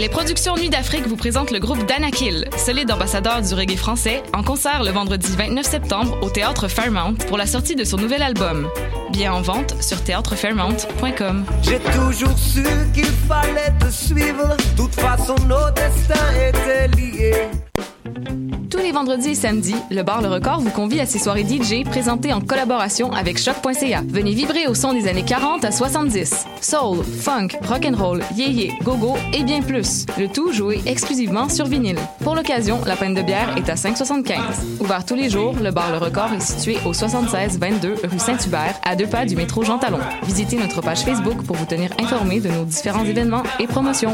Les productions Nuit d'Afrique vous présentent le groupe Danakil, solide ambassadeur du reggae français, en concert le vendredi 29 septembre au Théâtre Fairmount pour la sortie de son nouvel album. Billets en vente sur théâtrefairmount.com. J'ai toujours su qu'il fallait te suivre, de toute façon nos destins étaient liés. Tous les vendredis et samedis, le bar Le Record vous convie à ses soirées DJ présentées en collaboration avec Choc.ca. Venez vibrer au son des années 40 à 70. Soul, funk, rock'n'roll, yéyé, go-go et bien plus. Le tout joué exclusivement sur vinyle. Pour l'occasion, la pinte de bière est à 5,75. Ouvert tous les jours, le bar Le Record est situé au 7622 rue Saint-Hubert, à 2 pas du métro Jean Talon. Visitez notre page Facebook pour vous tenir informé de nos différents événements et promotions.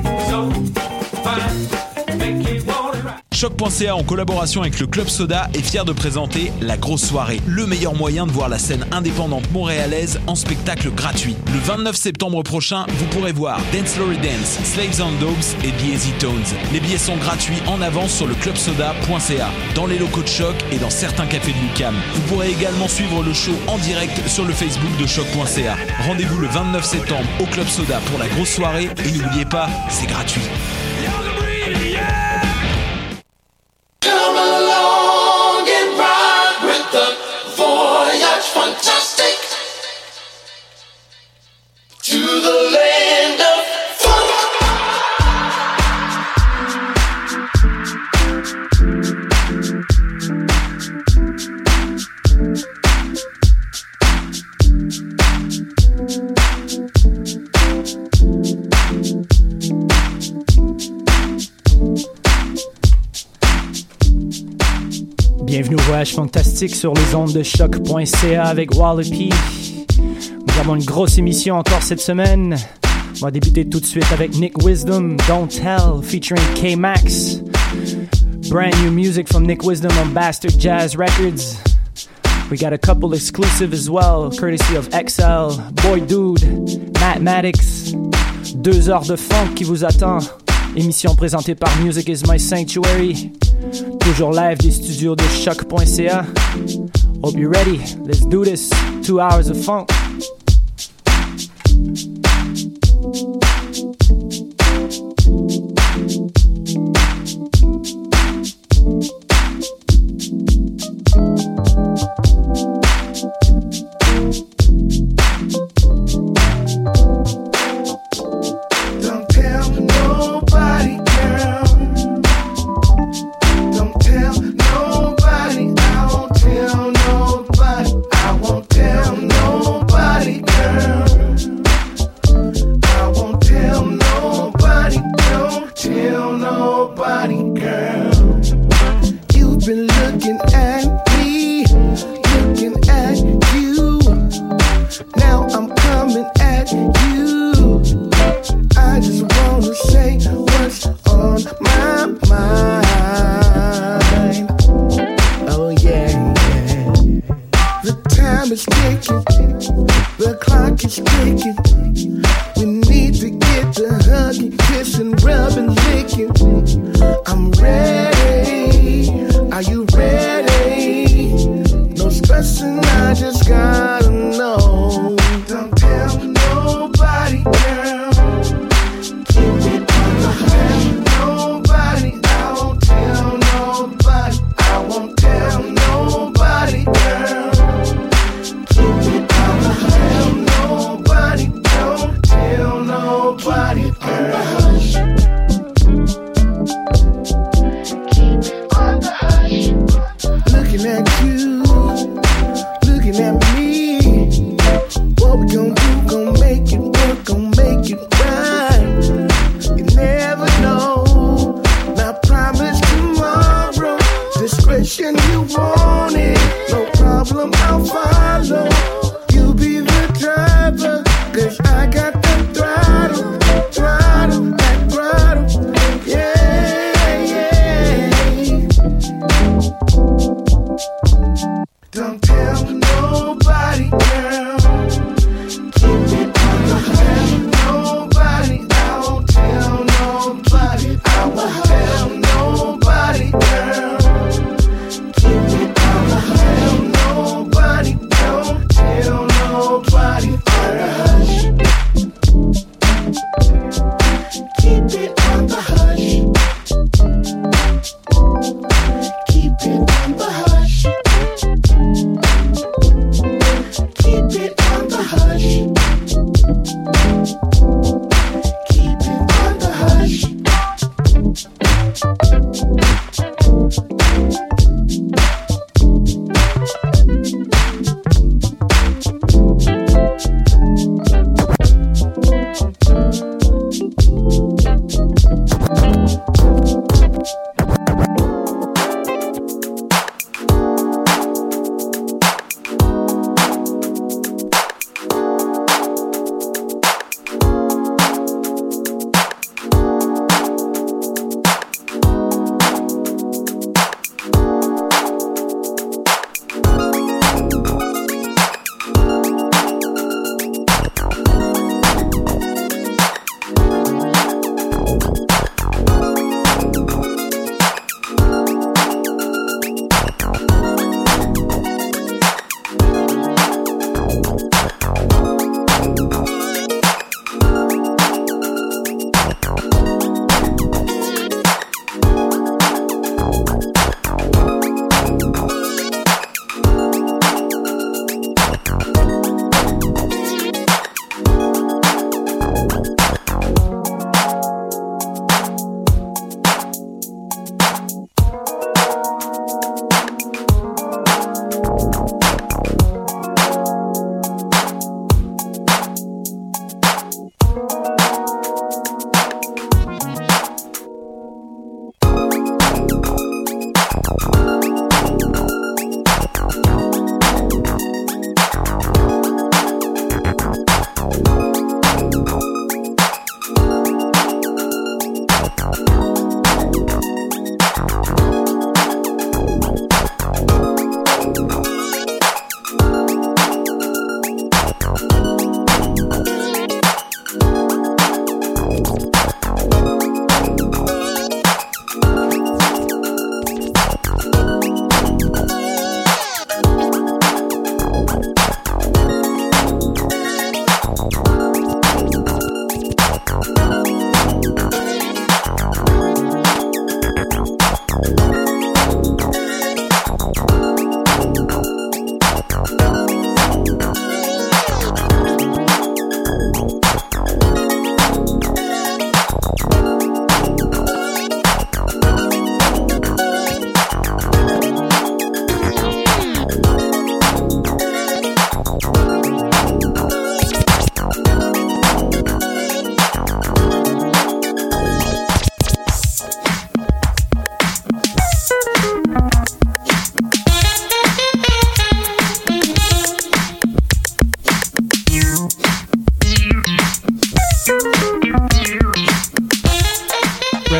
Choc.ca en collaboration avec le Club Soda est fier de présenter La Grosse Soirée, le meilleur moyen de voir la scène indépendante montréalaise en spectacle gratuit. Le 29 septembre prochain, vous pourrez voir Dance Lory Dance, Slaves on Dogs et The Easy Tones. Les billets sont gratuits en avance sur le clubsoda.ca, dans les locaux de Choc et dans certains cafés de l'UQAM. Vous pourrez également suivre le show en direct sur le Facebook de Choc.ca. Rendez-vous le 29 septembre au Club Soda pour La Grosse Soirée et n'oubliez pas, c'est gratuit. Come along and ride with the voyage fantastic to the land of Bienvenue au Voyage Fantastique sur les ondes de Choc.ca avec Wallopy. Nous avons une grosse émission encore cette semaine. On va débuter tout de suite avec Nick Wisdom, Don't Tell, featuring K-Max. Brand new music from Nick Wisdom on Bastard Jazz Records. We got a couple exclusive as well, courtesy of XL, Boy Dude, Mathematics. 2 heures de funk qui vous attend. Émission présentée par Music is My Sanctuary. Toujours live des studios de Choc.ca. Hope you're ready. Let's do this. 2 hours of funk. keep it on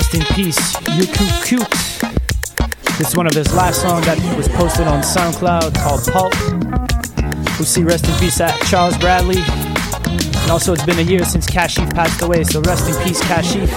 Rest in peace, Yuku Cute. This is one of his last songs that was posted on SoundCloud called Pulp. We'll see rest in peace at Charles Bradley. And also it's been a year since Kashif passed away, so rest in peace, Kashif.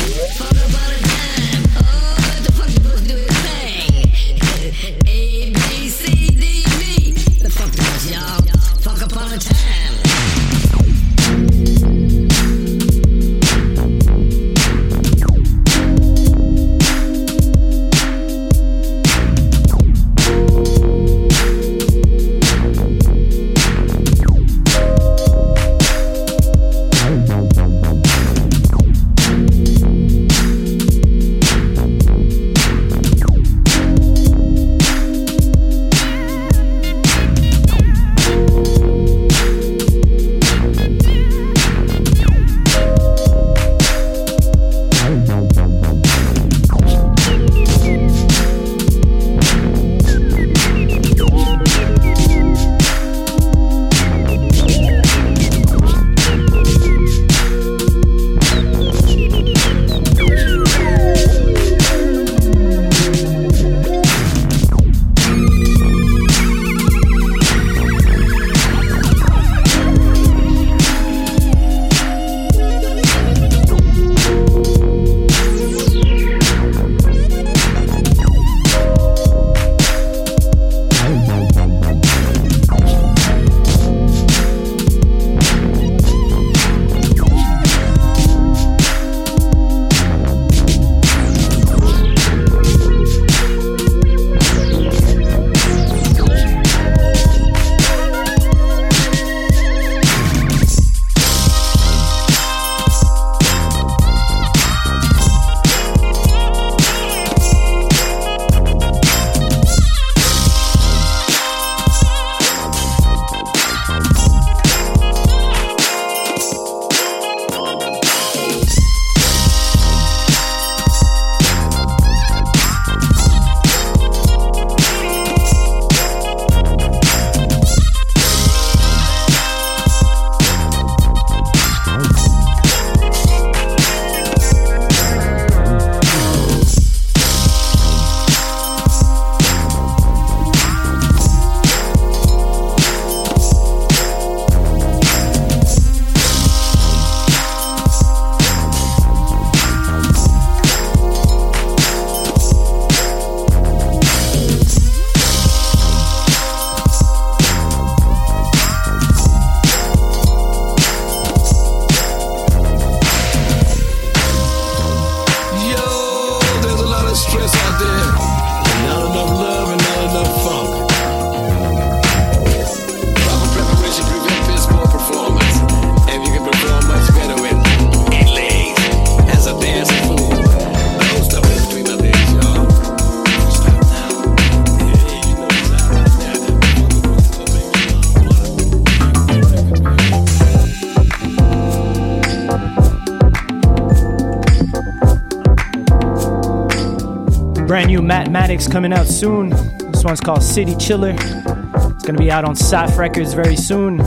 Brand new Mathematics coming out soon. This one's called City Chiller. It's gonna be out on Saf Records very soon.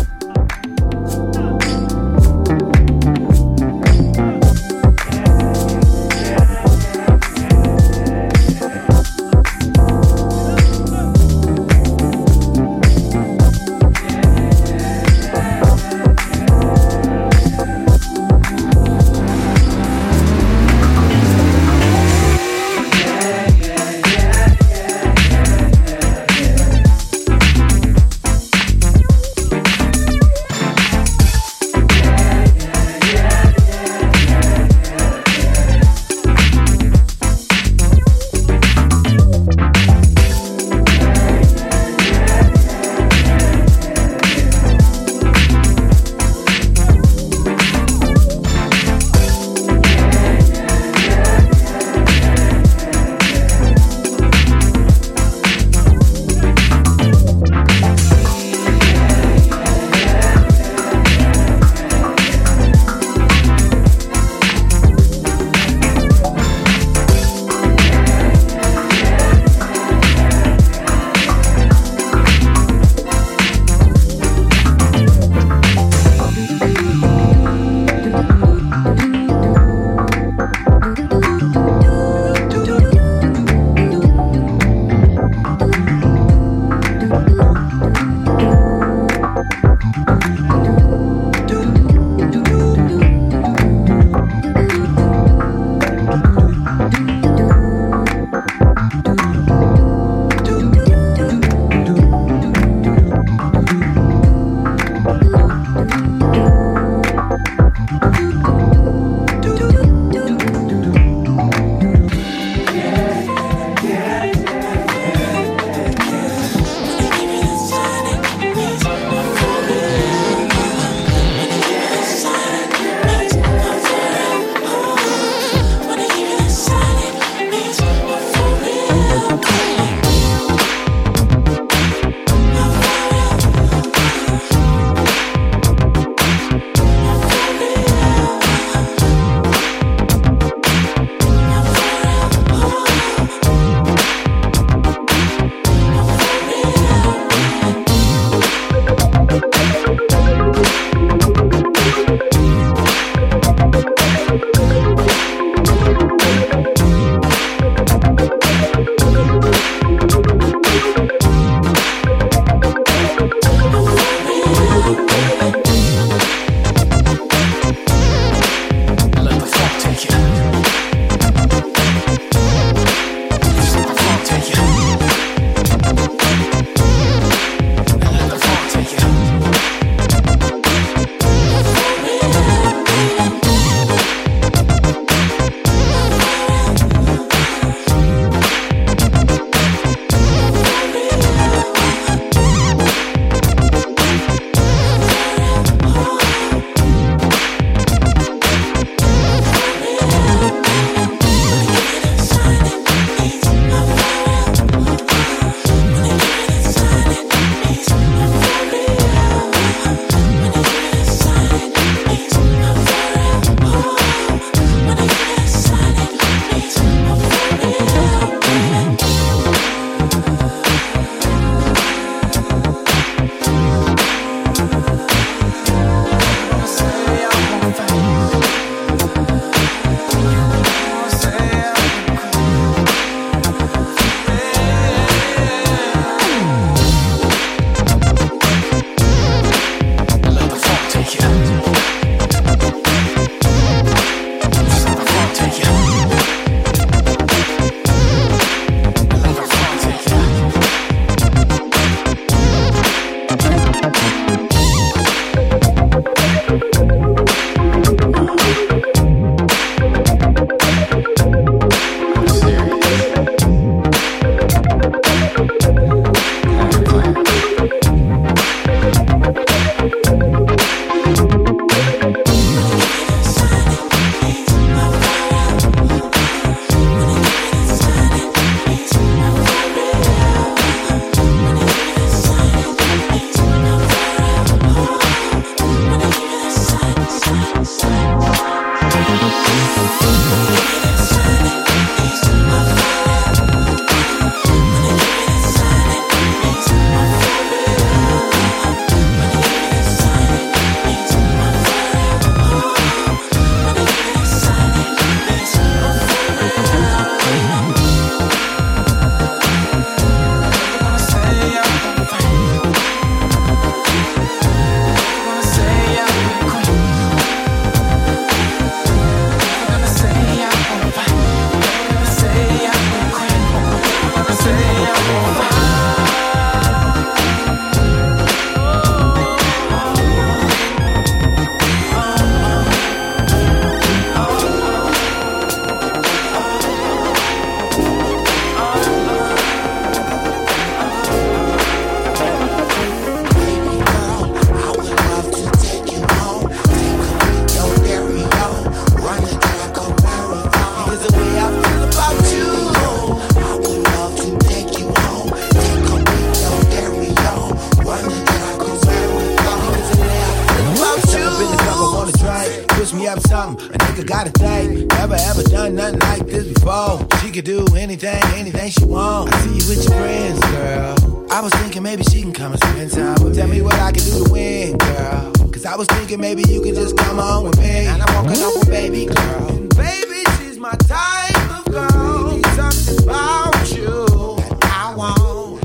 done nothing like this before. She could do anything, anything she wants. I see you with your friends, girl. I was thinking maybe she can come and spend time with me. Tell me what I can do to win, girl. Cause I was thinking maybe you could just come on with me. And I'm walking off with baby girl. And baby, she's my type of girl. Baby, something about you that I want.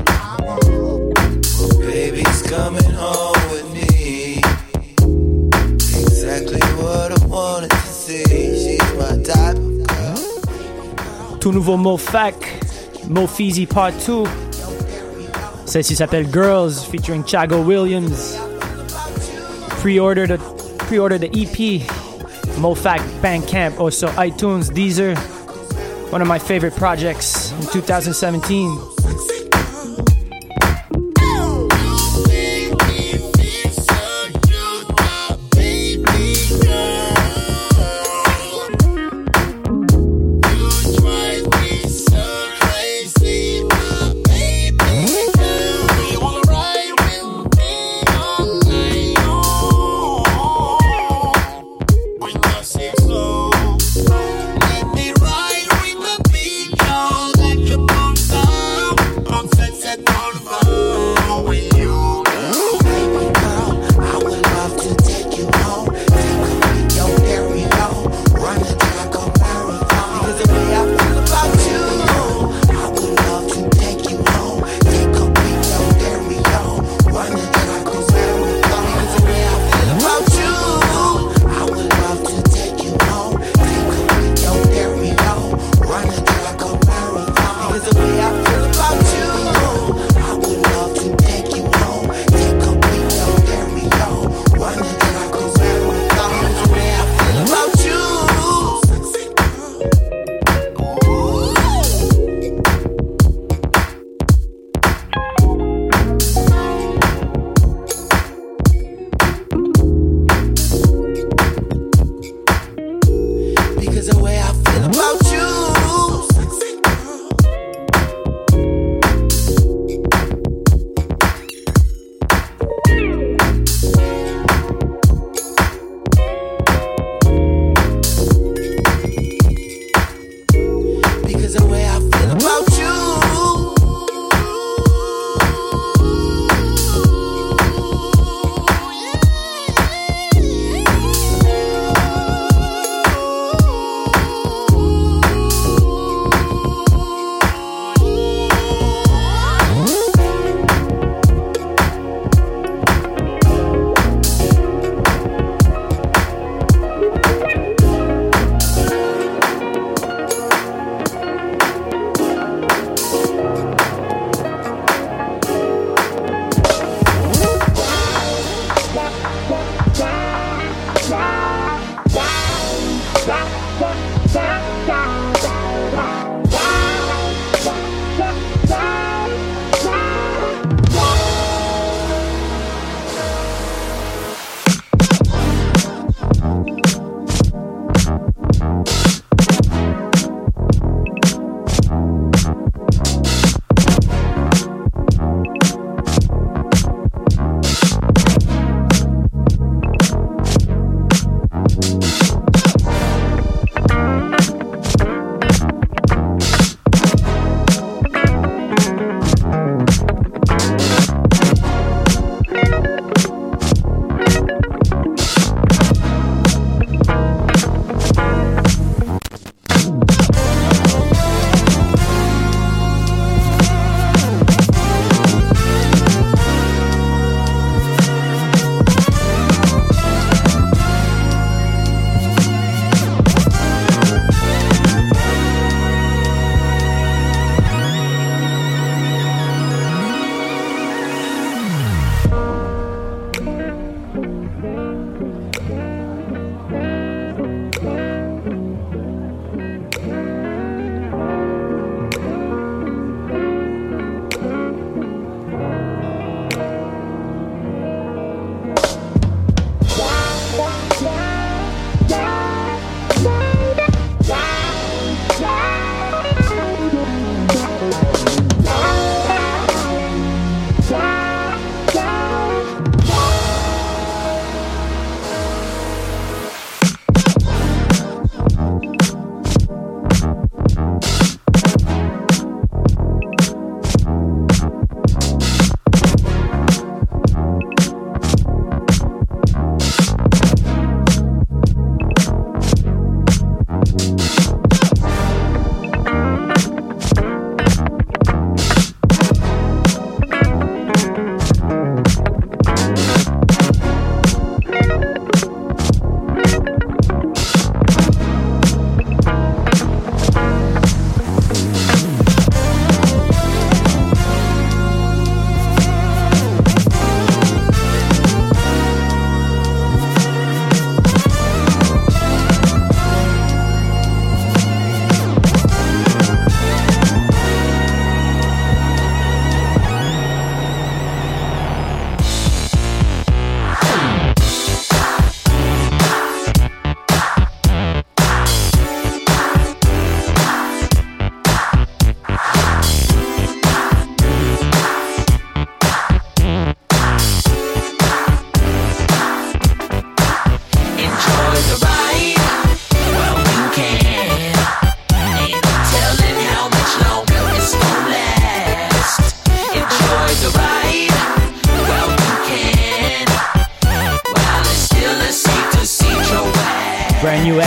Baby's coming home with me. Exactly what I wanted to see. She's my type of girl. Tout nouveau MoFac, Mofeezy Part 2. Celle-ci s'appelle Girls featuring Chago Williams. Pre-order the EP, MoFac Bandcamp, also iTunes, Deezer. One of my favorite projects in 2017.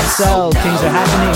XL, things are happening.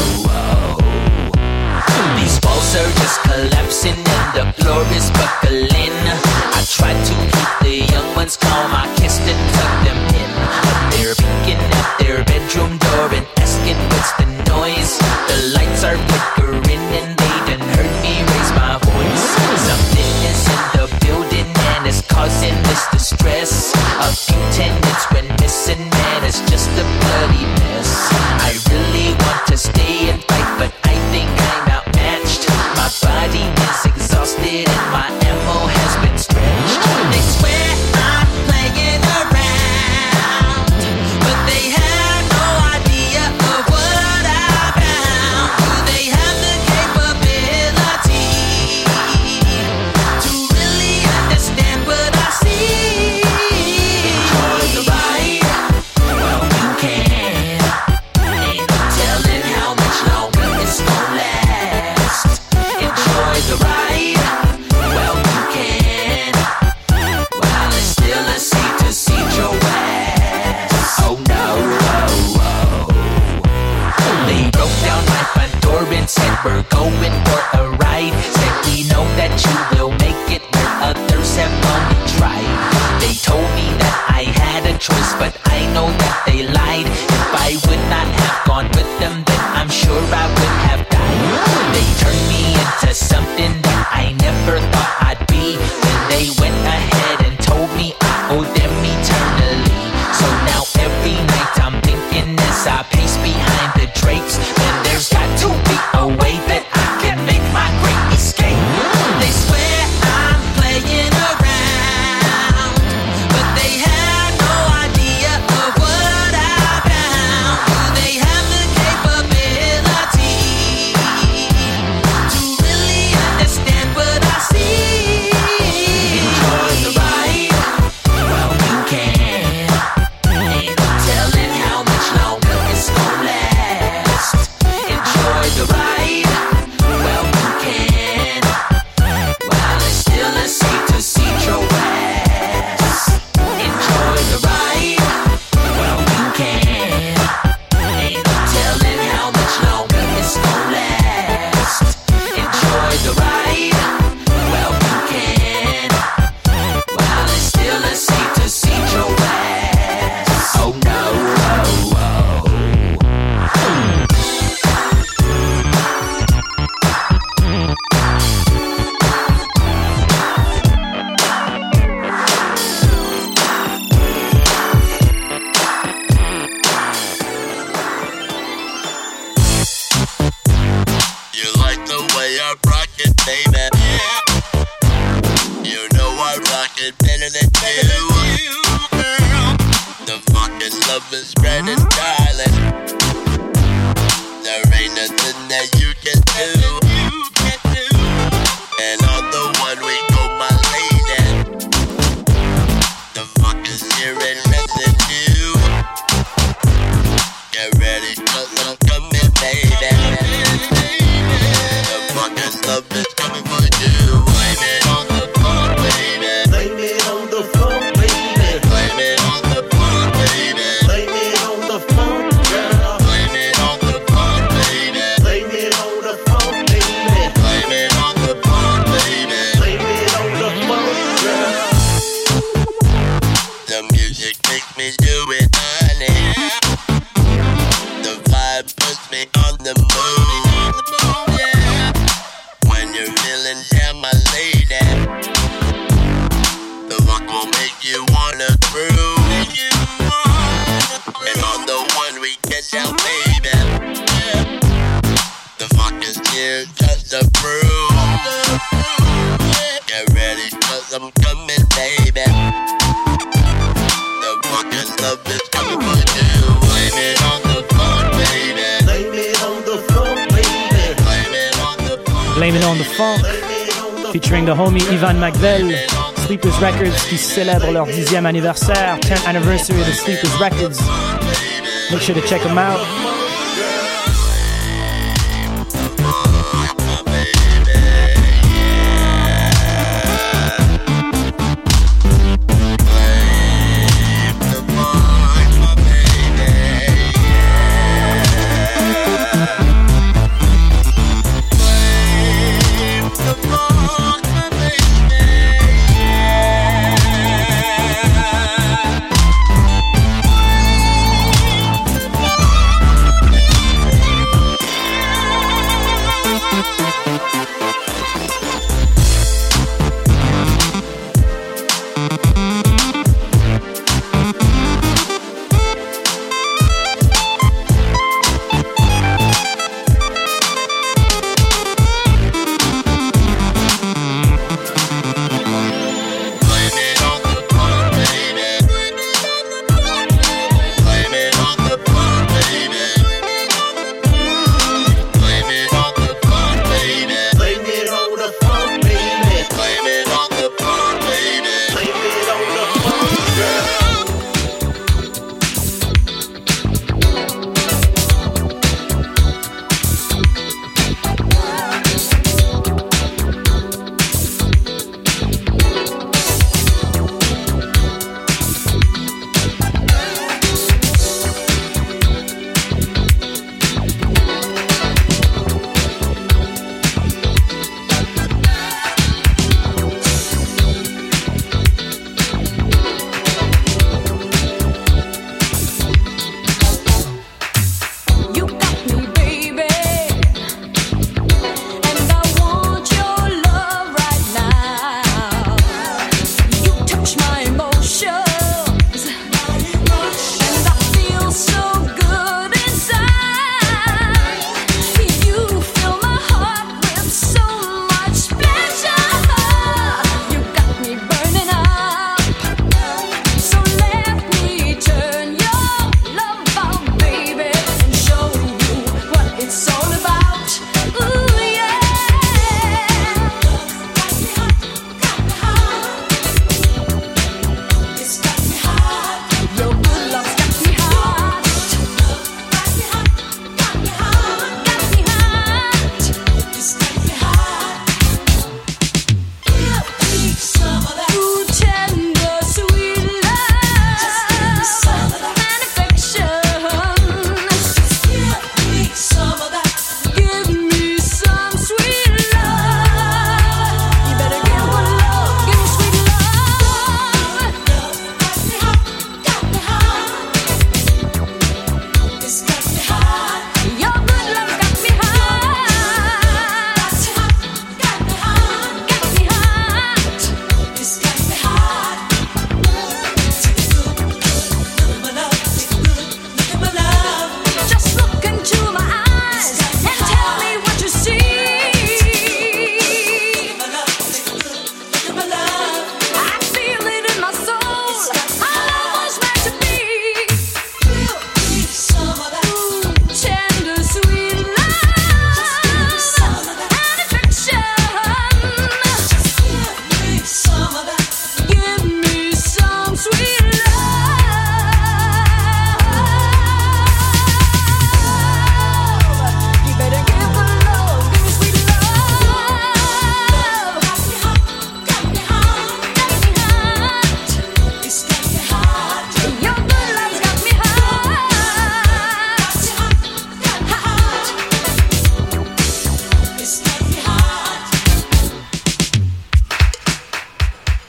These walls are just collapsing and the floor is buckling. I tried to keep the young ones calm, I kissed and tucked them in. But they're peeking at their bedroom door and asking what's the noise. The lights are flickering and they done heard me raise my voice. Something is in the building and it's causing this distress. A few tenants went missing, man, it's just a bloody mess. I really want to stay and fight, but I think I'm outmatched. My body is exhausted and my ammo has been stretched. They swear I'm playing around, but they have no idea of what I found. Do they have the capability to really understand what I see? Enjoy the ride, well you can. Ain't no telling how much longer it's gon' last. Enjoy the ride, well you can. While it's still a seat to seat your ass. Oh no, oh, oh. They broke down my front door and said we're going for a ride. Said we know that you will make it where others have only tried. They told me that I had a choice, but I know that they lied. If I would not have gone with them, then I'm sure I would have died. They turned me into something that I never thought I'd be. Then they went ahead and told me I owe them eternally. So now every night I'm thinking as I pace behind the drapes, then there's got to be a way that I can make my great escape. They swear I'm playing around, but they have no idea of what I found. Do they have the capability to really understand what I see? Enjoy the ride, well you can. Ain't no telling how much longer it's gon' last. Enjoy the ride, well you can. While it's still a seat to seat your ass. Enjoy the ride, well you can. Ain't no telling how much longer it's gon' last. Enjoy the ride, well you can. While it's still a seat to seat your ass. Oh no, oh, oh. You like the way I rock it, baby. You know I rock it better than you. The fucking love is spreading, darling. There ain't nothing that you can do. And on the one we go, my lady. The fuck is here and nothing new. Get ready, 'cause I'm coming, baby. The fucking love is coming for you. Blame it on the phone, baby. Blame it on the phone, baby. Blame it on the phone, baby. Blame it on the phone, girl. Blame it on the phone, baby. Blame it on the phone, baby. Blame it on the phone, baby. Blame it on the phone, girl. The music makes me do it, honey. The vibe puts me on the mood. When you're feeling down, my lady, the rock will make you wanna groove. And on the one we get down, baby, the fuck is here just to prove. Get ready, 'cause I'm coming, baby. The fucking love is coming for you. Blame it on the phone, baby. Blame it on the phone, baby. Blame it on the phone. Blame It on the Funk, featuring the homie Ivan McVell. Sleepers Records qui célèbre leur 10e anniversaire, 10th anniversary of the Sleepers Records. Make sure to check them out.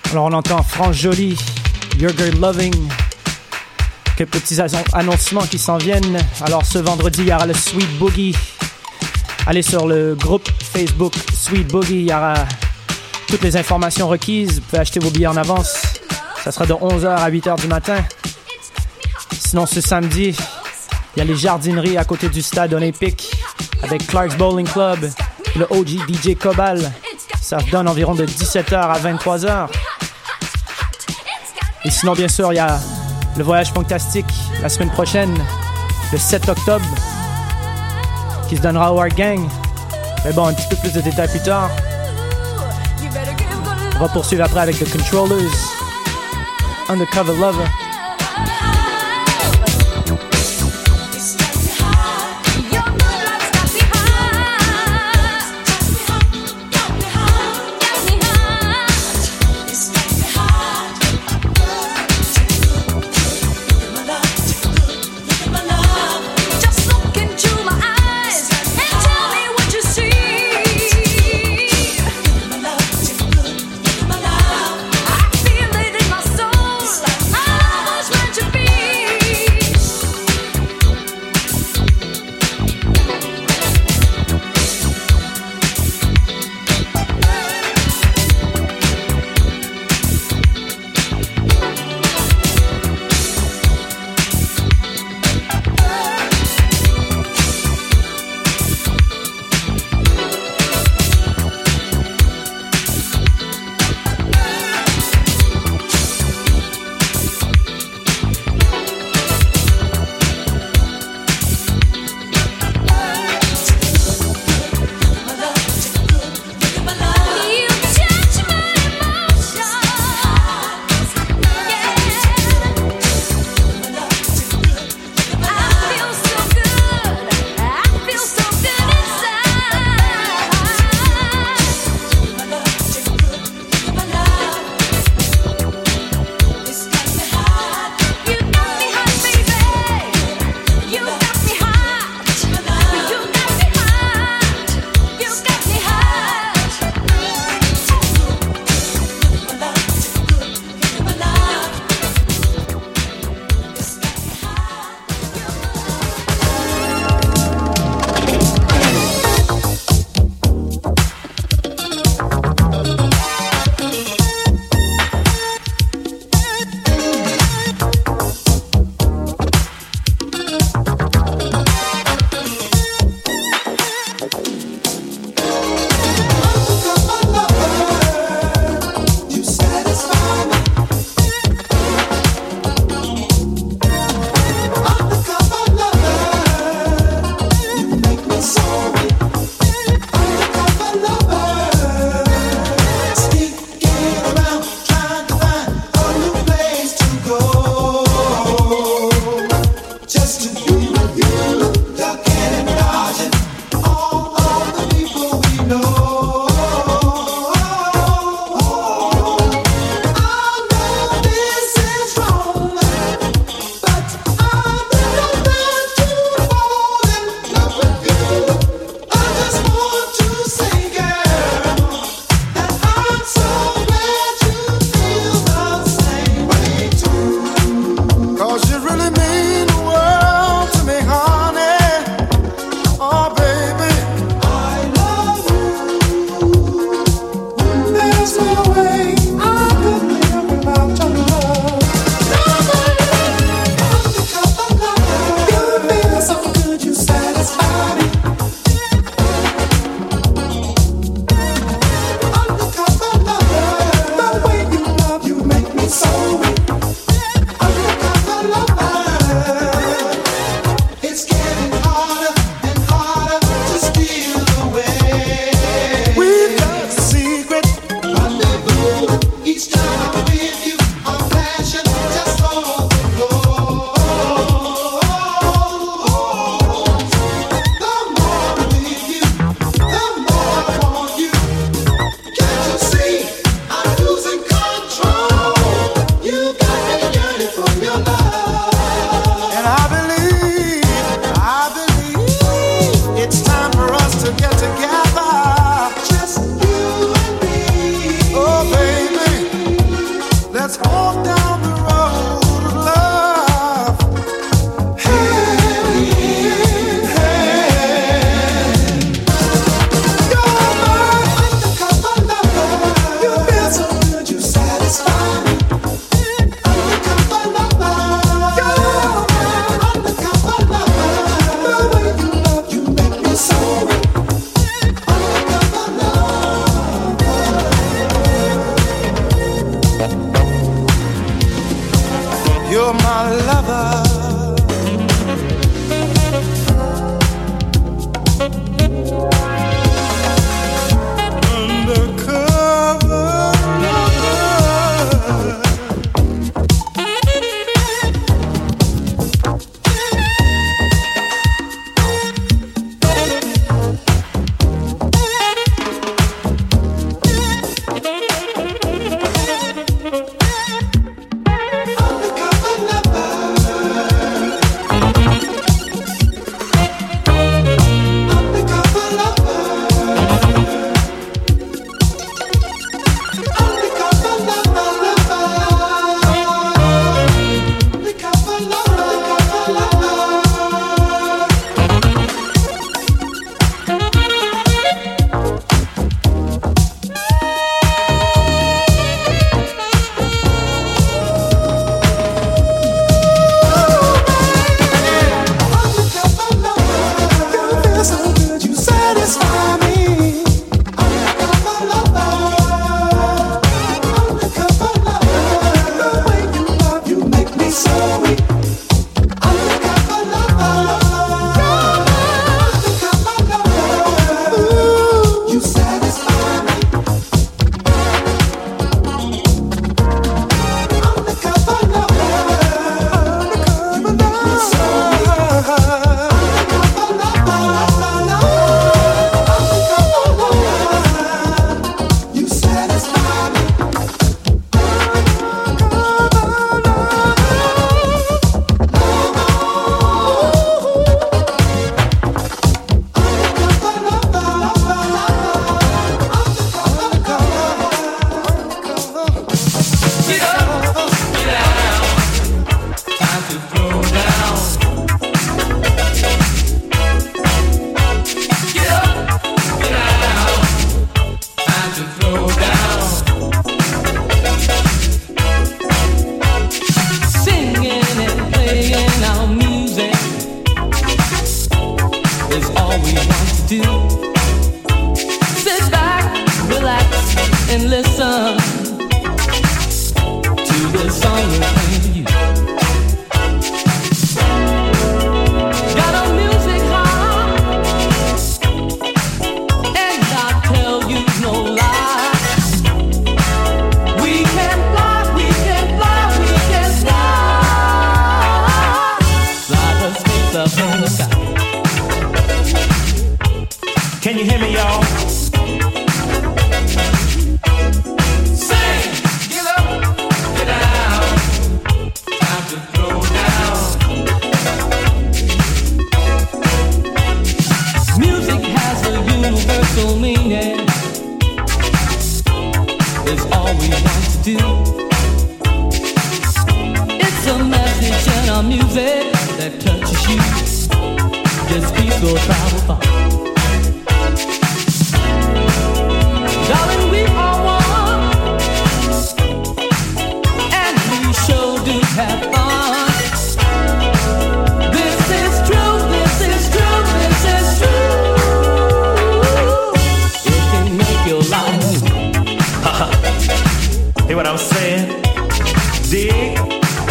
Alors on entend France Jolie, You're Good Loving. Quelques petits annoncements qui s'en viennent. Alors ce vendredi, il y aura le Sweet Boogie. Allez sur le groupe Facebook Sweet Boogie, il y aura toutes les informations requises. Vous pouvez acheter vos billets en avance. Ça sera de 11h à 8h du matin. Sinon ce samedi, il y a les jardineries à côté du stade olympique avec Clark's Bowling Club et le OG DJ Cobal. Ça se donne environ de 17h à 23h. Et sinon bien sûr, il y a le voyage fantastique la semaine prochaine, le 7 octobre, qui se donnera au Art Gang. Mais bon, un petit peu plus de détails plus tard. On va poursuivre après avec The Controllers, Undercover Lover. I feel it in my soul. and listen to the song we're playing for you. Got a music heart, and I tell you no lie. We can fly, we can fly, we can fly. Fly the space up in the sky. Can you hear me, y'all? Sing! Get up, get down. Time to throw down. Music has a universal meaning. It's all we want to do. It's a message in our music that touches you. This piece will travel far. Darling, we are one, and we sure do have fun. This is true, this is true, this is true. It can make your life new. Hear what I'm saying? Dig?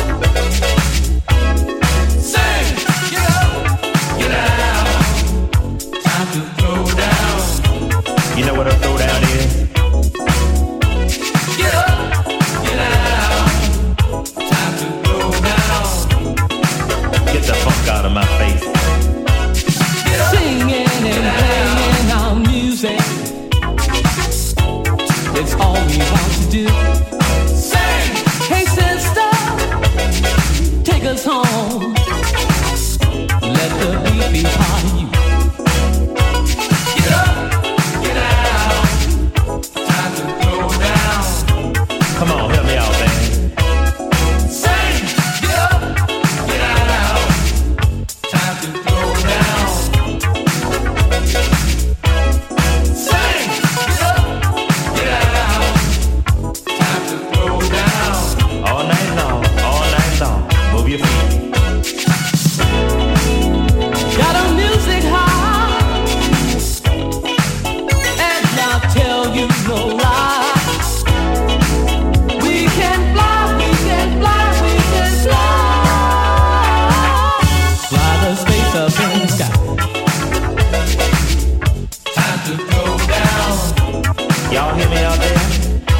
Sing! Get up, get down. Time to throw down. You know what a throwdown is? Get up, get down. Time to throw down. Get the funk out of my face. Singing and playing our music, it's all we want to do. Sing! Hey sister, take us home. Let the beat be part of you. Get up, get down. Time to throw down. Come on, help me out, man. Sing! Get up, get down. Time to throw down. Sing! Get up, get down. Time to throw down. All night long, move your feet. Got a music heart, and I'll tell you no lie. We can fly, we can fly, we can fly. Fly the space up in the sky. Time to throw down. Y'all hear me out there?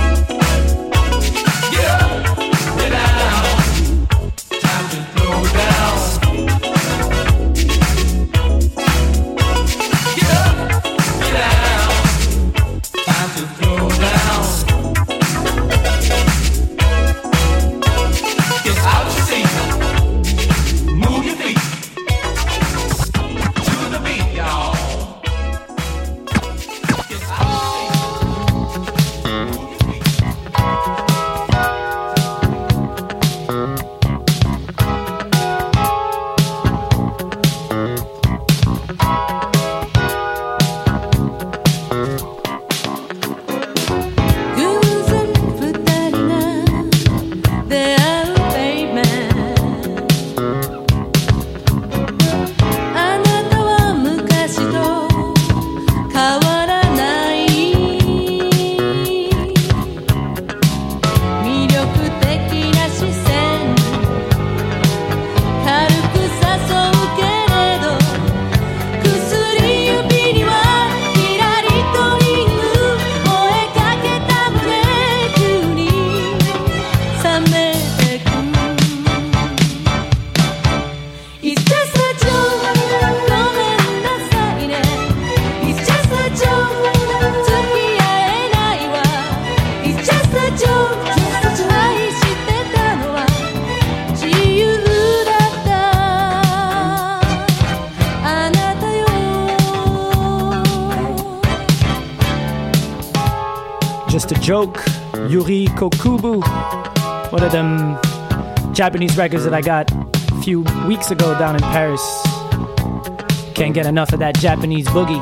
Get up, get down. Time to throw down. Get up, get down. Time to throw down. Get out your seat. Move your feet to the beat, y'all. Get out your seat. Move your feet. Just a Joke, Yuri Kokubu, one of them Japanese records that I got a few weeks ago down in Paris. Can't get enough of that Japanese boogie.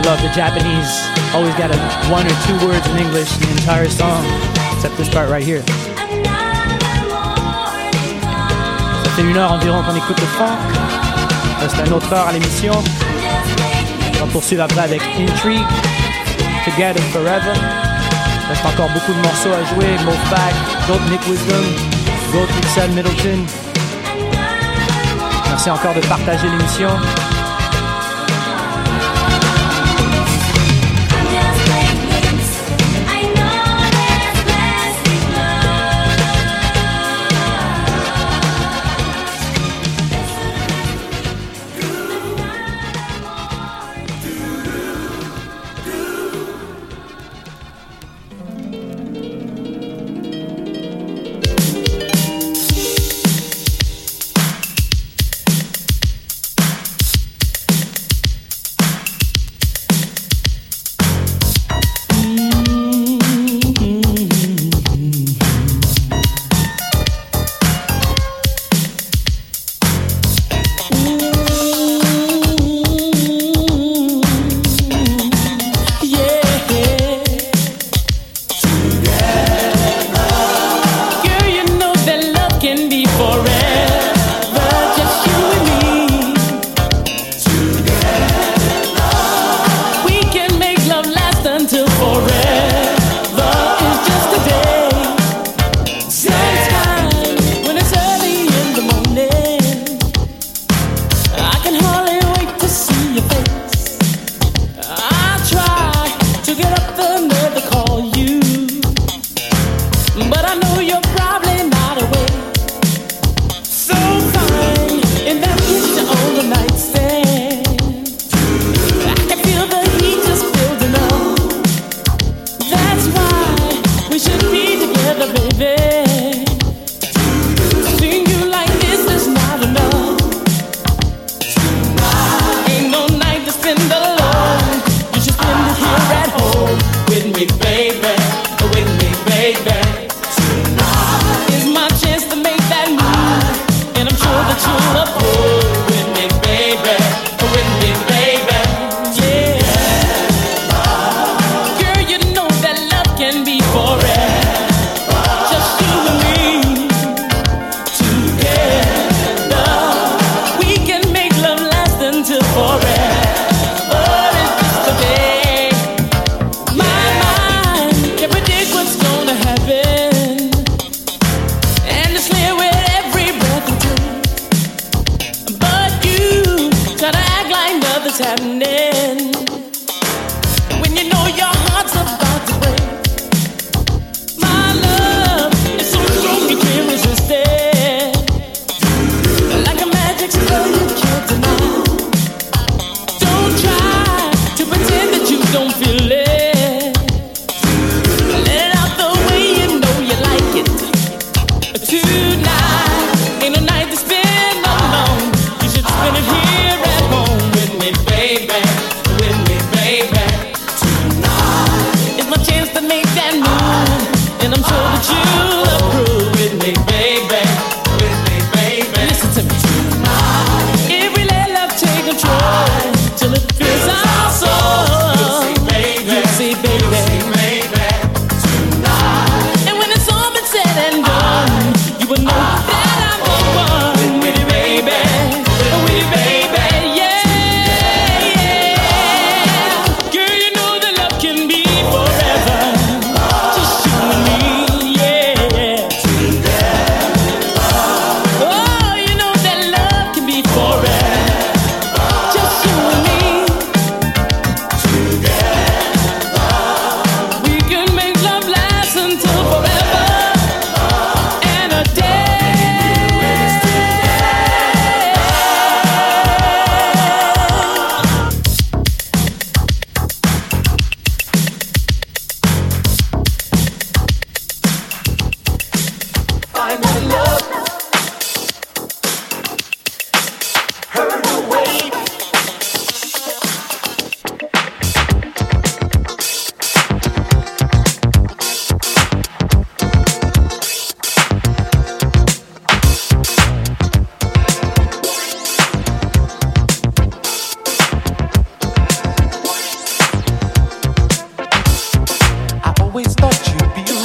love the Japanese. Always got one or two words in English in the entire song, except this part right here. Ça fait 1 heure environ qu'on écoute le funk. Reste une autre heure à l'émission. On va poursuivre après avec Intrigue, Together Forever. Reste encore beaucoup de morceaux à jouer. Mofbag, d'autres Nick Wisdom, d'autres Mixel Middleton. Merci encore de partager l'émission.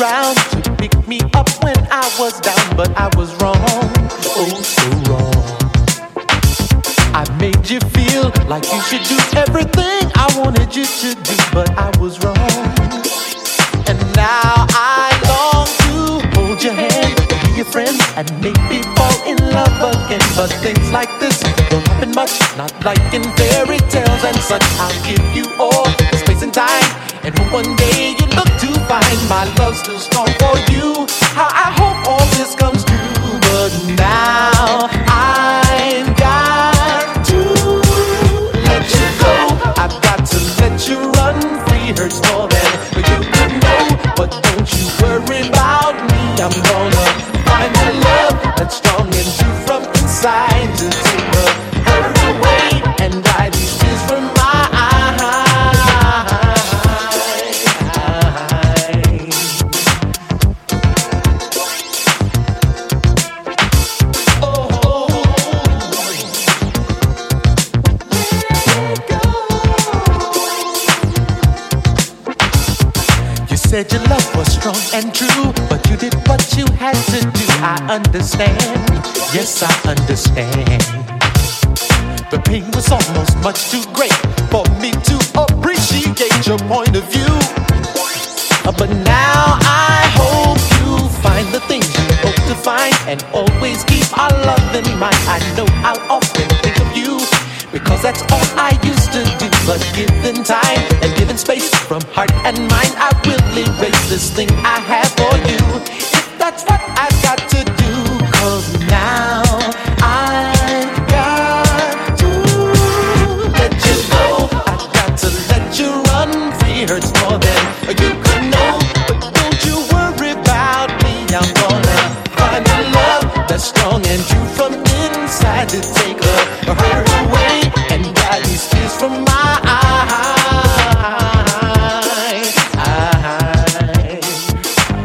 around to pick me up when I was down, but I was wrong, oh so wrong. I made you feel like you should do everything I wanted you to do, but I was wrong. And now I long to hold your hand, be your friend, and maybe fall in love again. But things like this don't happen much, not like in fairy tales and such. I'll give you all the space and time, and when one day you look to find my love still strong for you, how I hope all this comes true. But now I've got to let you go. I've got to let you run free. Hurts more than you could know, but don't you worry about me. I'm gonna find a love that's strong and true from inside to take the hurt away and dry these tears from my eyes. You said your love was strong and true, but you did what you had to do. I understand, yes I understand. The pain was almost much too great for me to appreciate your point of view. But now I hope you find the things you hope to find, and always keep our love in mind. I know I'll often think of you, because that's all I used to do. But given time and given space from heart and mind, I will erase this thing I have for you, if that's what I've got to do. Cause now I've got to let you go. I've got to let you run free. Hurts more than you could know, but don't you worry about me. I'm gonna find a love that's strong and true from inside to take the hurt away and dry these tears from my eyes.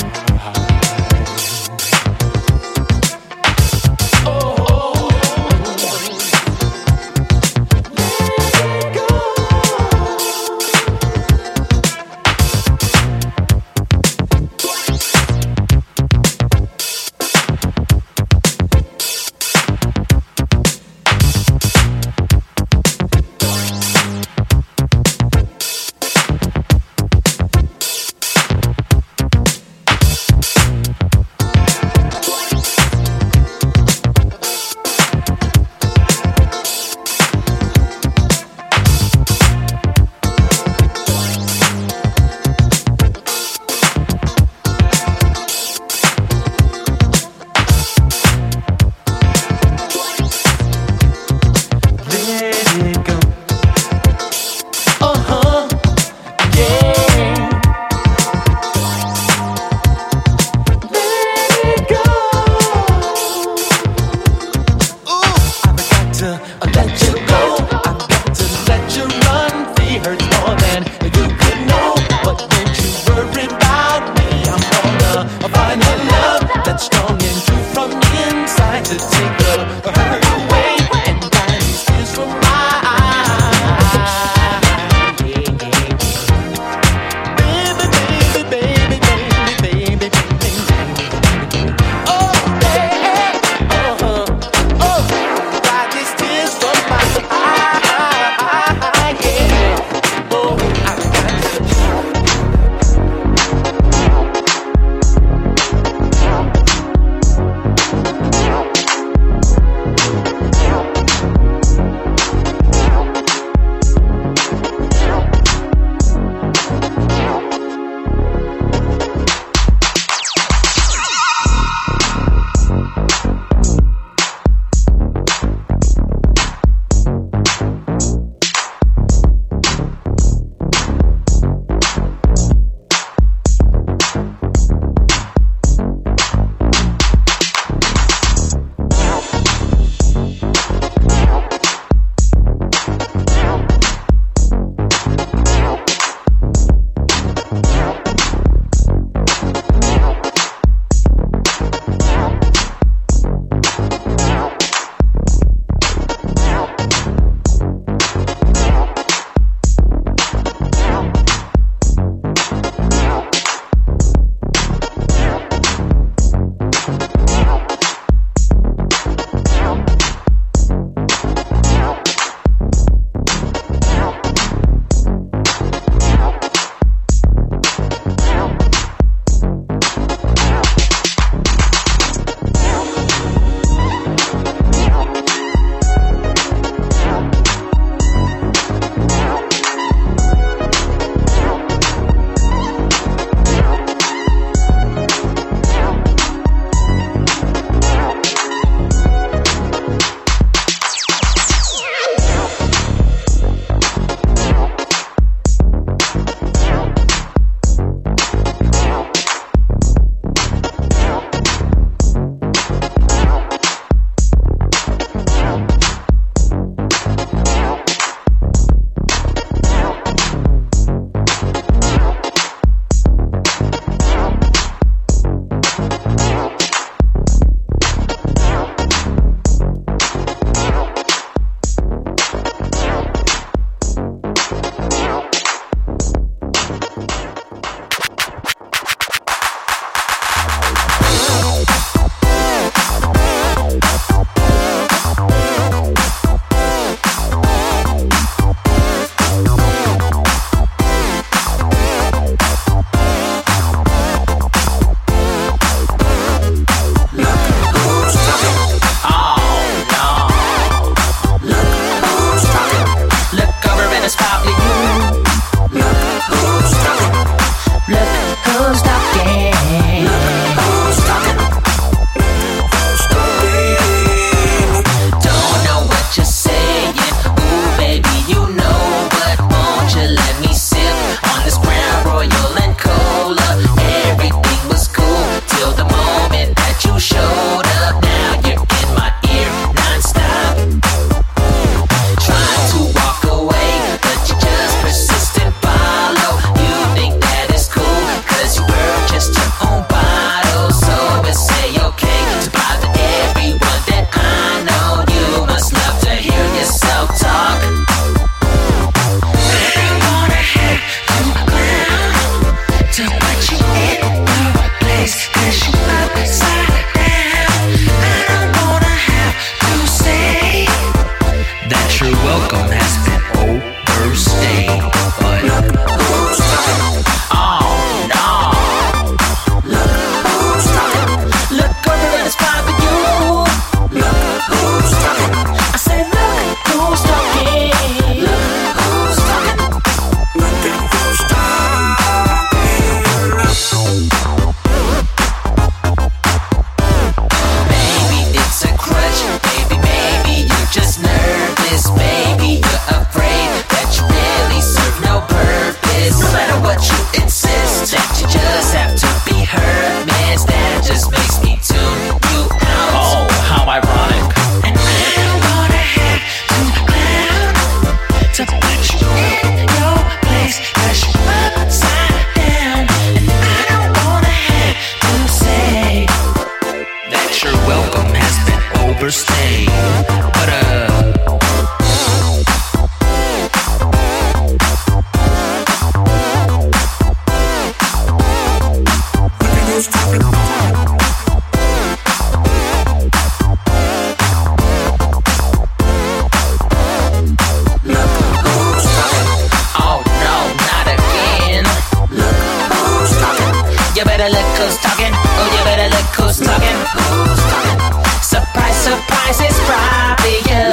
better look who's talking. Oh, you better look who's talking. Surprise, surprise, it's probably you.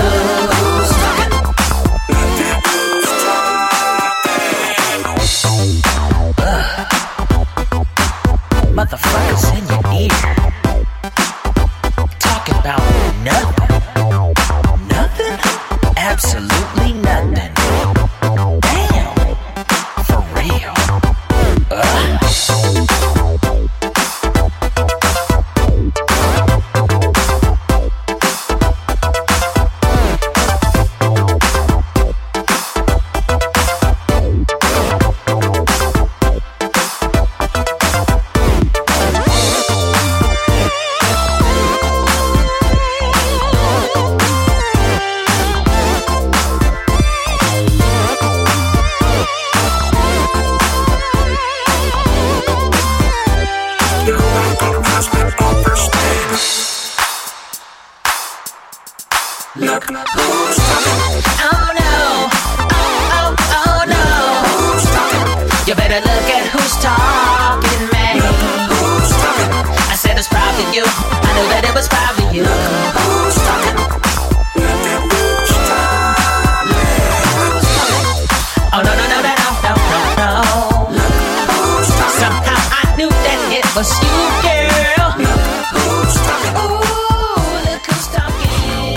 Motherfuckers in your ear talking about nothing. Nothing? Absolutely nothing. Damn. For real. Look who's talking. Oh no. Oh no. Who's talking? You better look at who's talking, man. Look who's talking. I said it's probably you. I knew that it was probably you. Look who's talking. Look at who's talking. Oh no. Look who's talking. Somehow I knew that it was you, girl. Look who's talking. Ooh, look who's talking.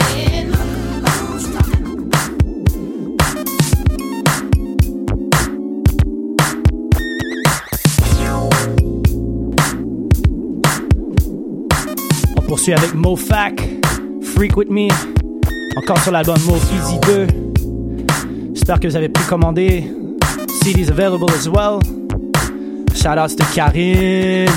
On poursuit avec MoFac, Freak With Me, encore sur l'album Mo Fizzy 2. J'espère que vous avez précommandé. CD's available as well. Shoutouts to Karine.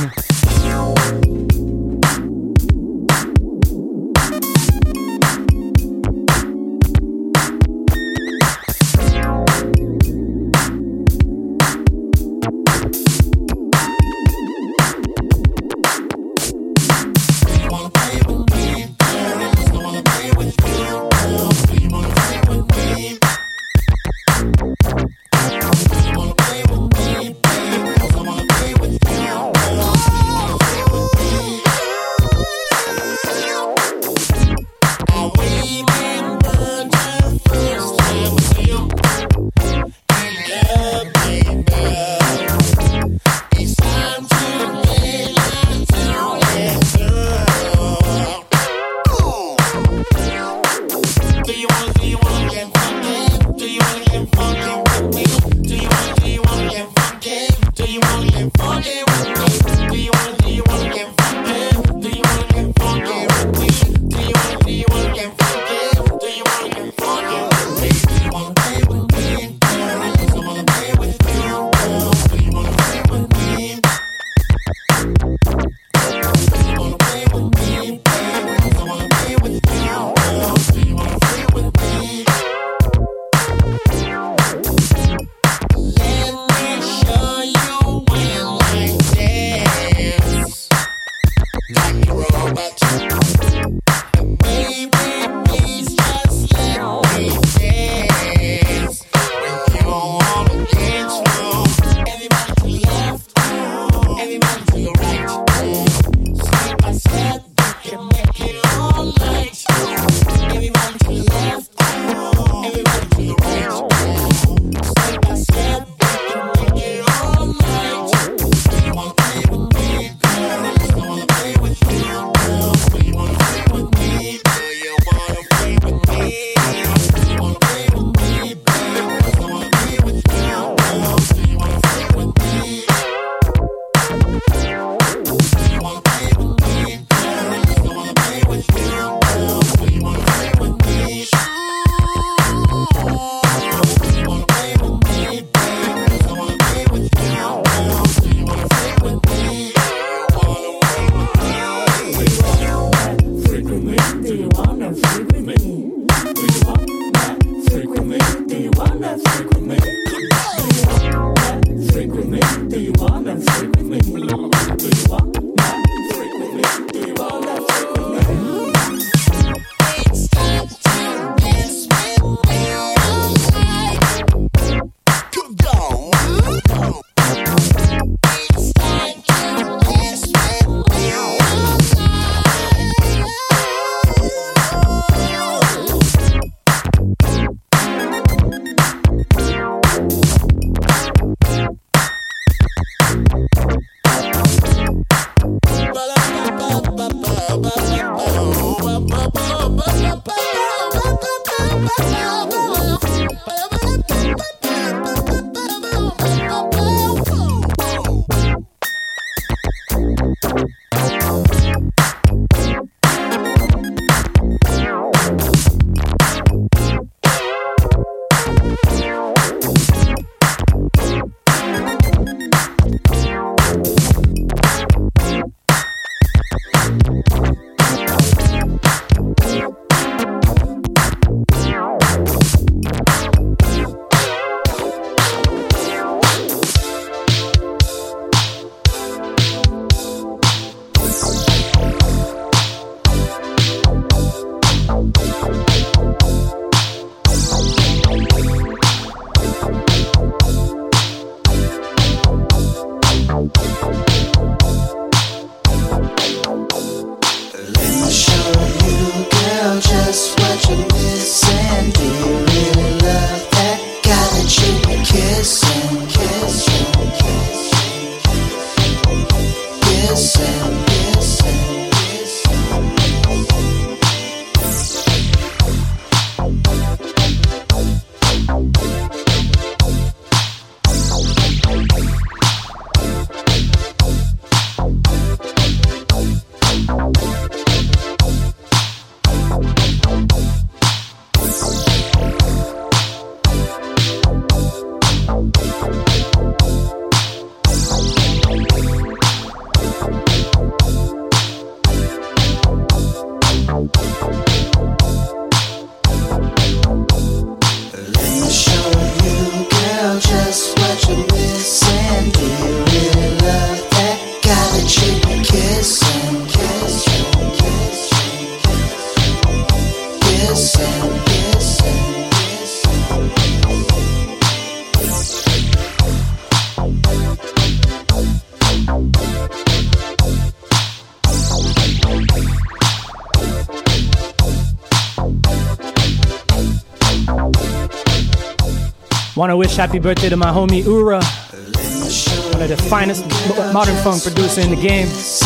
Want to wish happy birthday to my homie Ura, one of the finest modern funk producer in the game.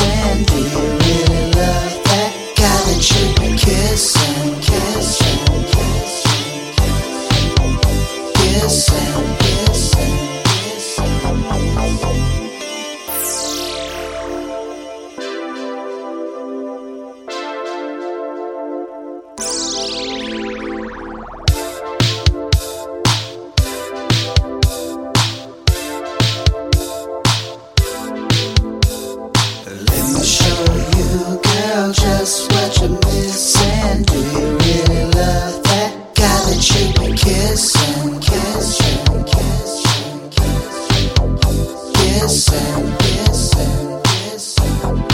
Just what you're missing. Do you really love that guy that you've been kissing, kissing, kissing, kissing, kissing, kissing,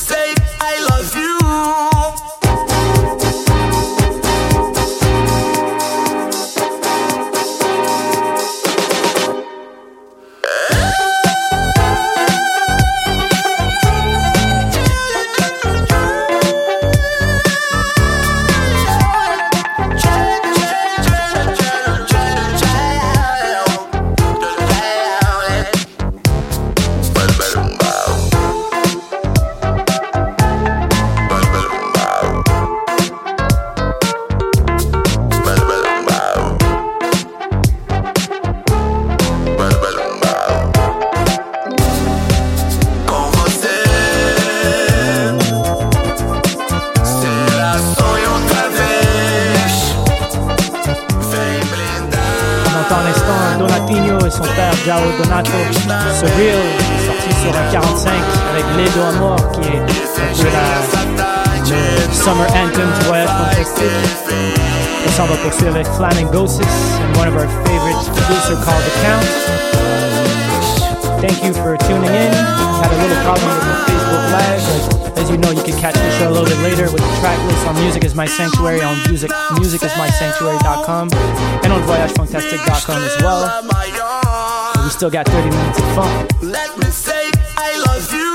say I love you. Donato, Surreal, sorti sur un 45 avec Ledo Amor, qui est un peu le Summer Anthem du voyage fantastique. Et ça, on va poursuivre avec Flaming Ghosts and one of our favorite producers called The Count. Thank you for tuning in. Had a little problem with the Facebook Live, but as you know, you can catch the show a little bit later with the track list on Music Is My Sanctuary on musicismysanctuary.com and on voyagefantastique.com as well. We still got 30 minutes of fun. Let me say I love you.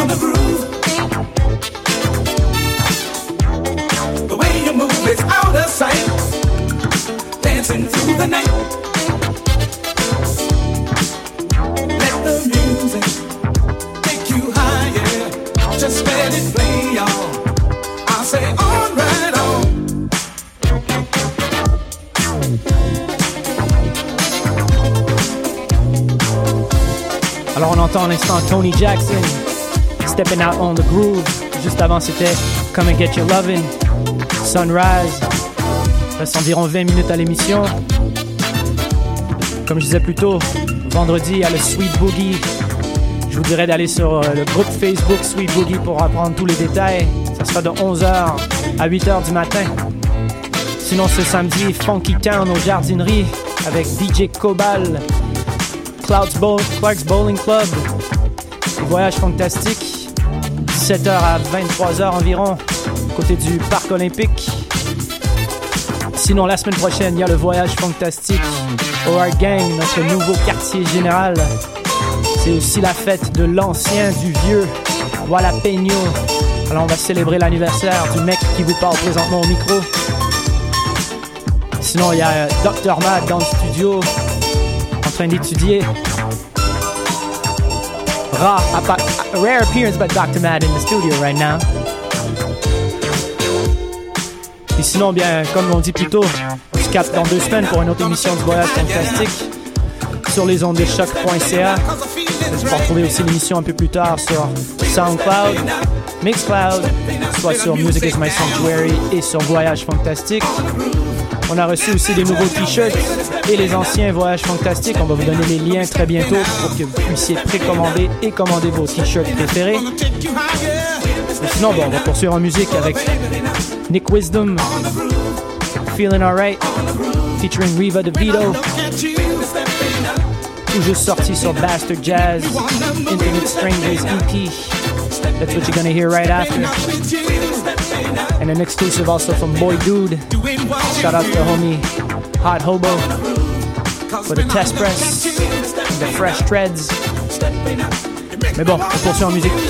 the groove. The way you move is out of sight. Dancing through the night. Let the music take you higher. Just let it play, y'all. I'll say on right on. Alors on entend à l'instant Tony Jackson, Stepping Out on the Groove. Juste avant c'était Come and Get Your Lovin', Sunrise. Il reste environ 20 minutes à l'émission. Comme je disais plus tôt, vendredi il y a le Sweet Boogie. Je vous dirais d'aller sur le groupe Facebook Sweet Boogie pour apprendre tous les détails. Ça sera de 11h à 8h du matin. Sinon ce samedi, Funky Town aux jardineries avec DJ Cobal, Clark's Bowling Club, le voyage fantastique, 17h à 23h environ, côté du Parc Olympique. Sinon, la semaine prochaine, il y a le voyage fantastique au Art Gang, notre nouveau quartier général. C'est aussi la fête de l'ancien, du vieux, Walapeño. Alors, on va célébrer l'anniversaire du mec qui vous parle présentement au micro. Sinon, il y a Dr. Mad dans le studio, en train d'étudier. Rare appearance by Dr. Mad in the studio right now. Et sinon, bien, comme on dit plus tôt, on se capte dans 2 semaines pour une autre émission du Voyage Fantastique sur les ondes de choc.ca. Vous pouvez retrouver aussi l'émission un peu plus tard sur SoundCloud, Mixcloud, soit sur Music is My Sanctuary et sur Voyage Fantastique. On a reçu aussi des nouveaux t-shirts et les anciens Voyages Fantastiques. On va vous donner les liens très bientôt pour que vous puissiez précommander et commander vos t-shirts préférés. Et sinon, bon, on va poursuivre en musique avec Nick Wisdom, Feeling Alright, featuring Reva DeVito. Tout juste sorti sur Bastard Jazz, Infinite Strangers EP. That's what you're gonna hear right after. And an exclusive also from Boy Dude. Shout out to homie Hot Hobo for the test press and the fresh treads. Mais bon, on poursuit en musique.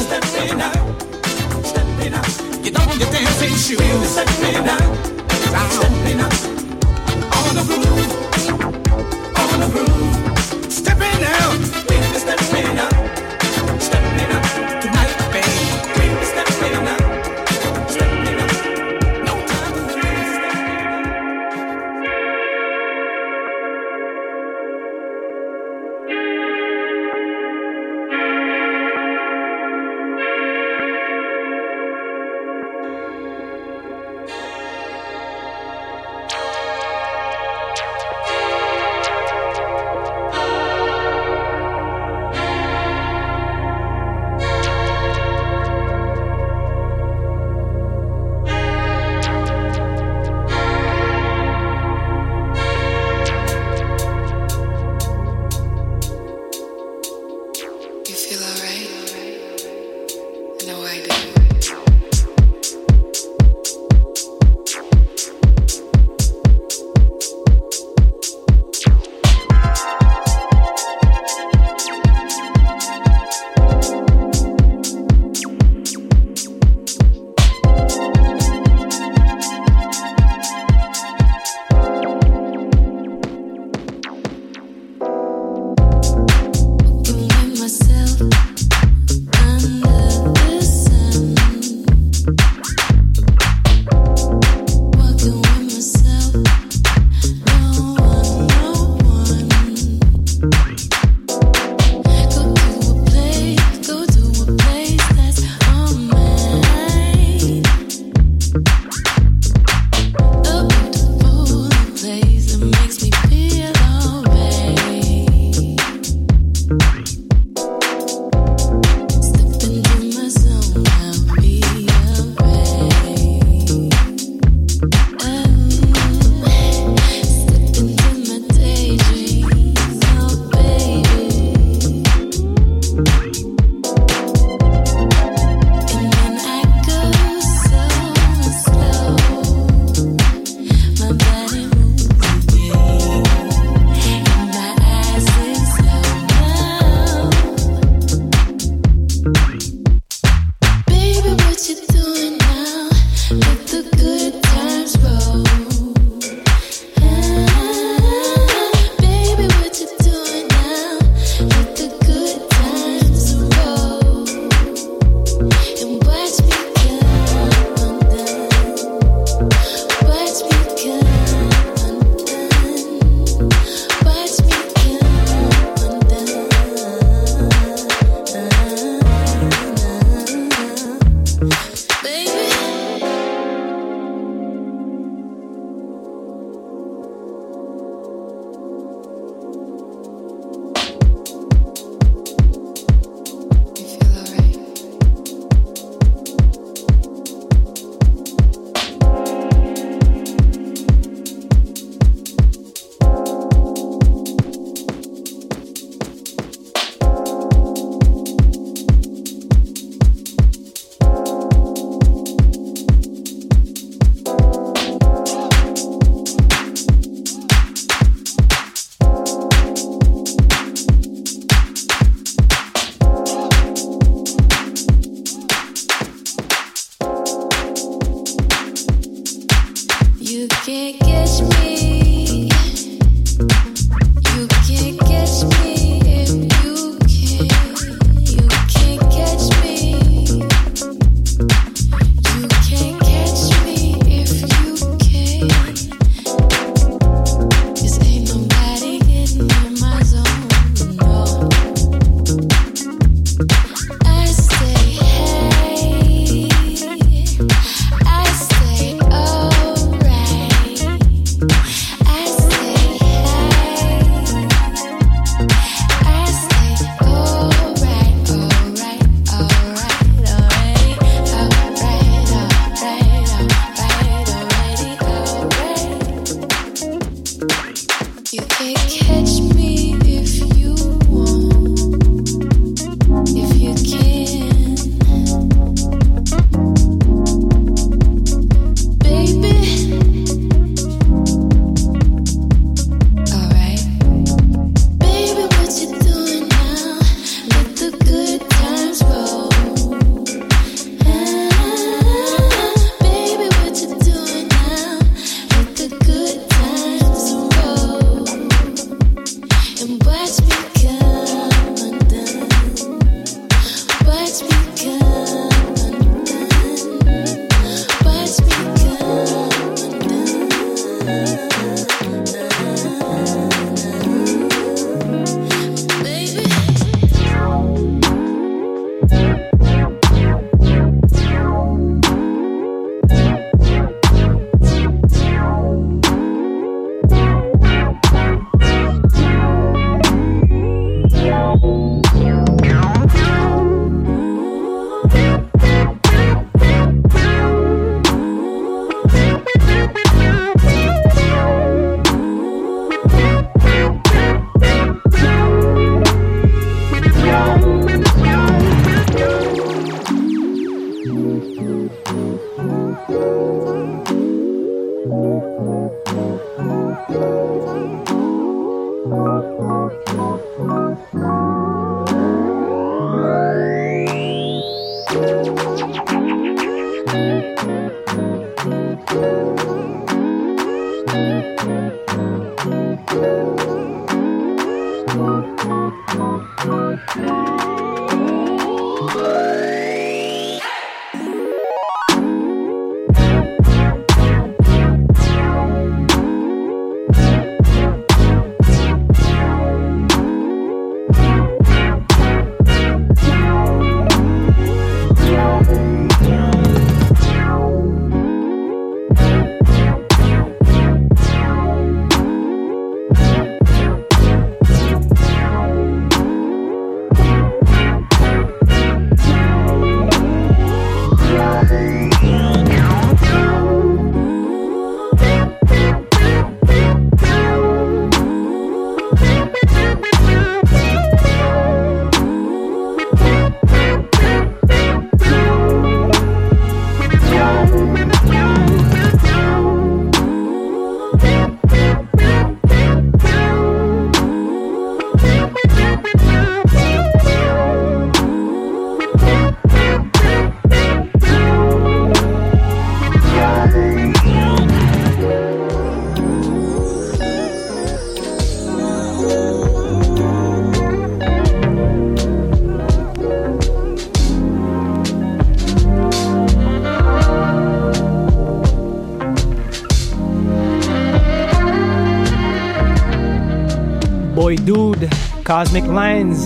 Boy Dude, Cosmic Lines,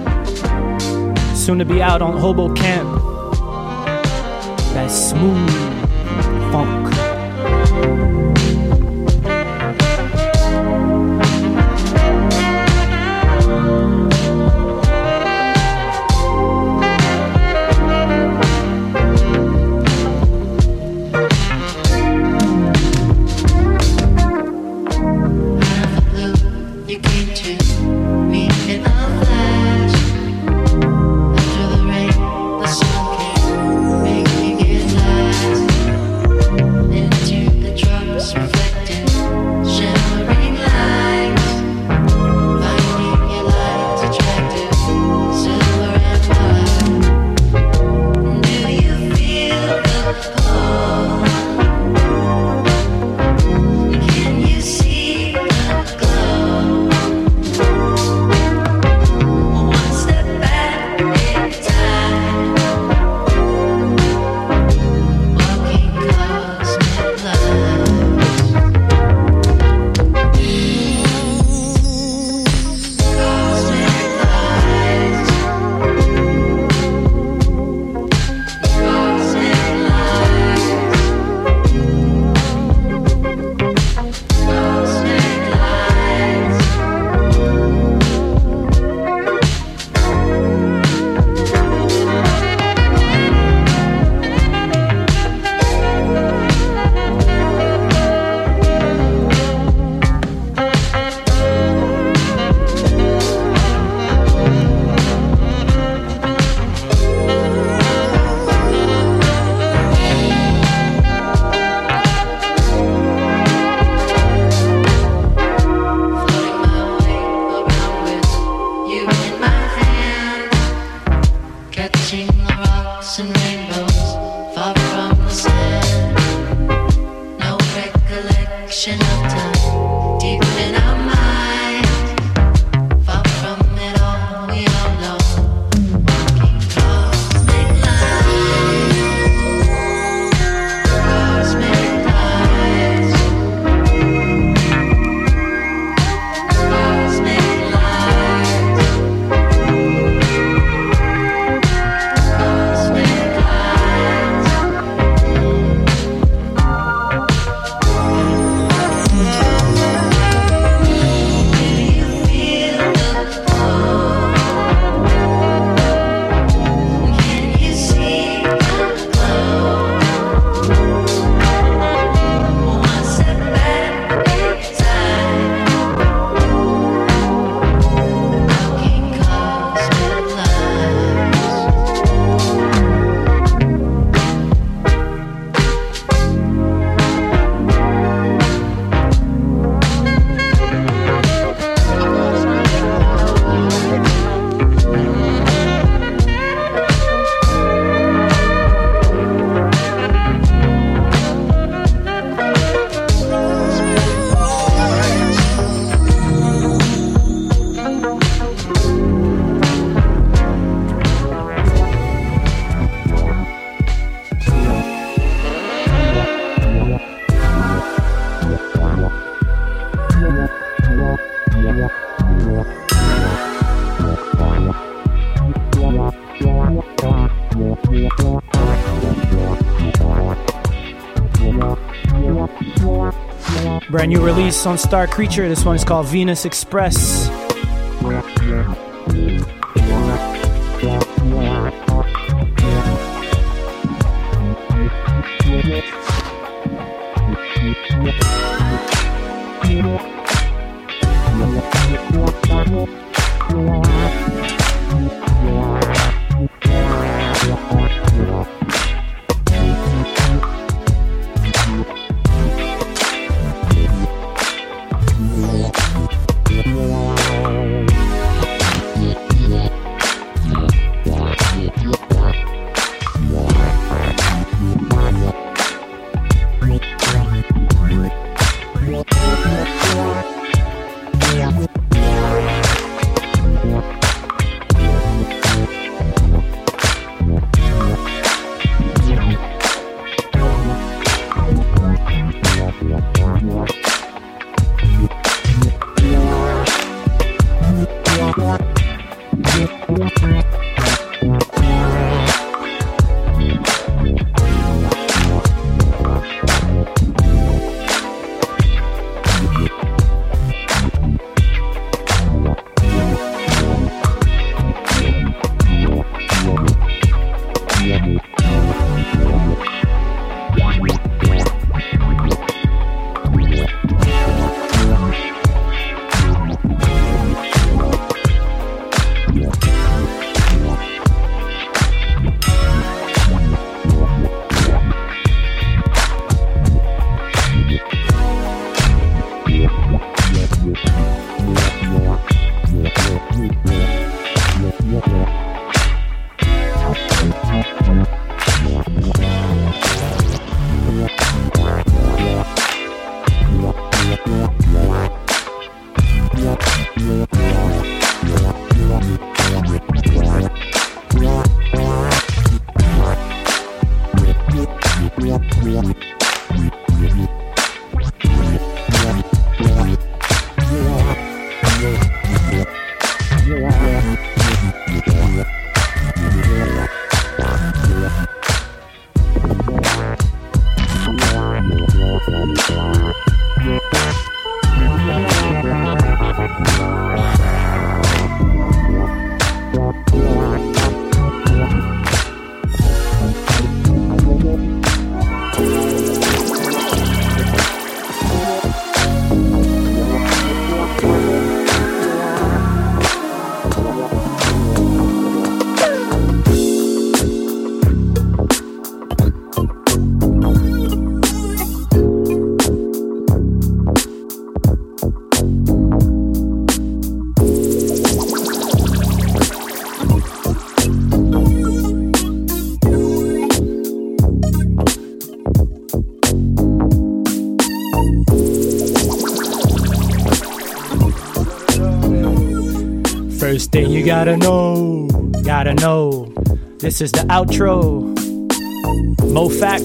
soon to be out on Hobo Camp. That smooth funk. Drop Brand new release on Star Creature. This one is called Venus Express. First thing you gotta know, this is the outro. Mofac.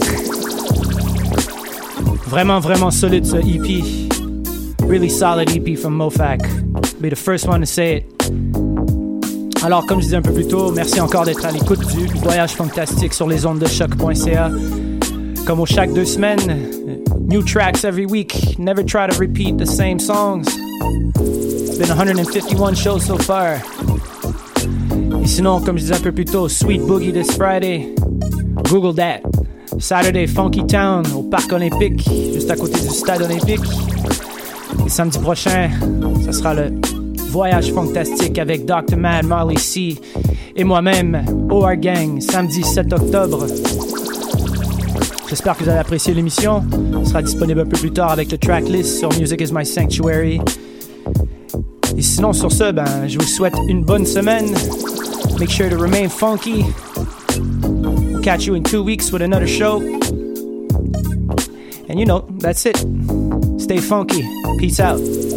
Vraiment solide ce EP. Really solid EP from Mofac. Be the first one to say it. Alors, comme je disais un peu plus tôt, merci encore d'être à l'écoute du Voyage Fantastique sur les ondes de choc.ca. Comme chaque 2 semaines, new tracks every week. Never try to repeat the same songs. It's been 151 shows so far. Et sinon, comme je disais un peu plus tôt, Sweet Boogie this Friday. Google that. Saturday, Funky Town au Parc Olympique, juste à côté du Stade Olympique. Et samedi prochain, ça sera le Voyage Fantastique avec Dr. Mad, Marley C et moi-même, OR Gang, samedi 7 octobre. J'espère que vous avez apprécié l'émission. Elle sera disponible un peu plus tard avec le tracklist sur Music is My Sanctuary. Et sinon, sur ce, je vous souhaite une bonne semaine. Make sure to remain funky. We'll catch you in 2 weeks with another show. And you know, that's it. Stay funky. Peace out.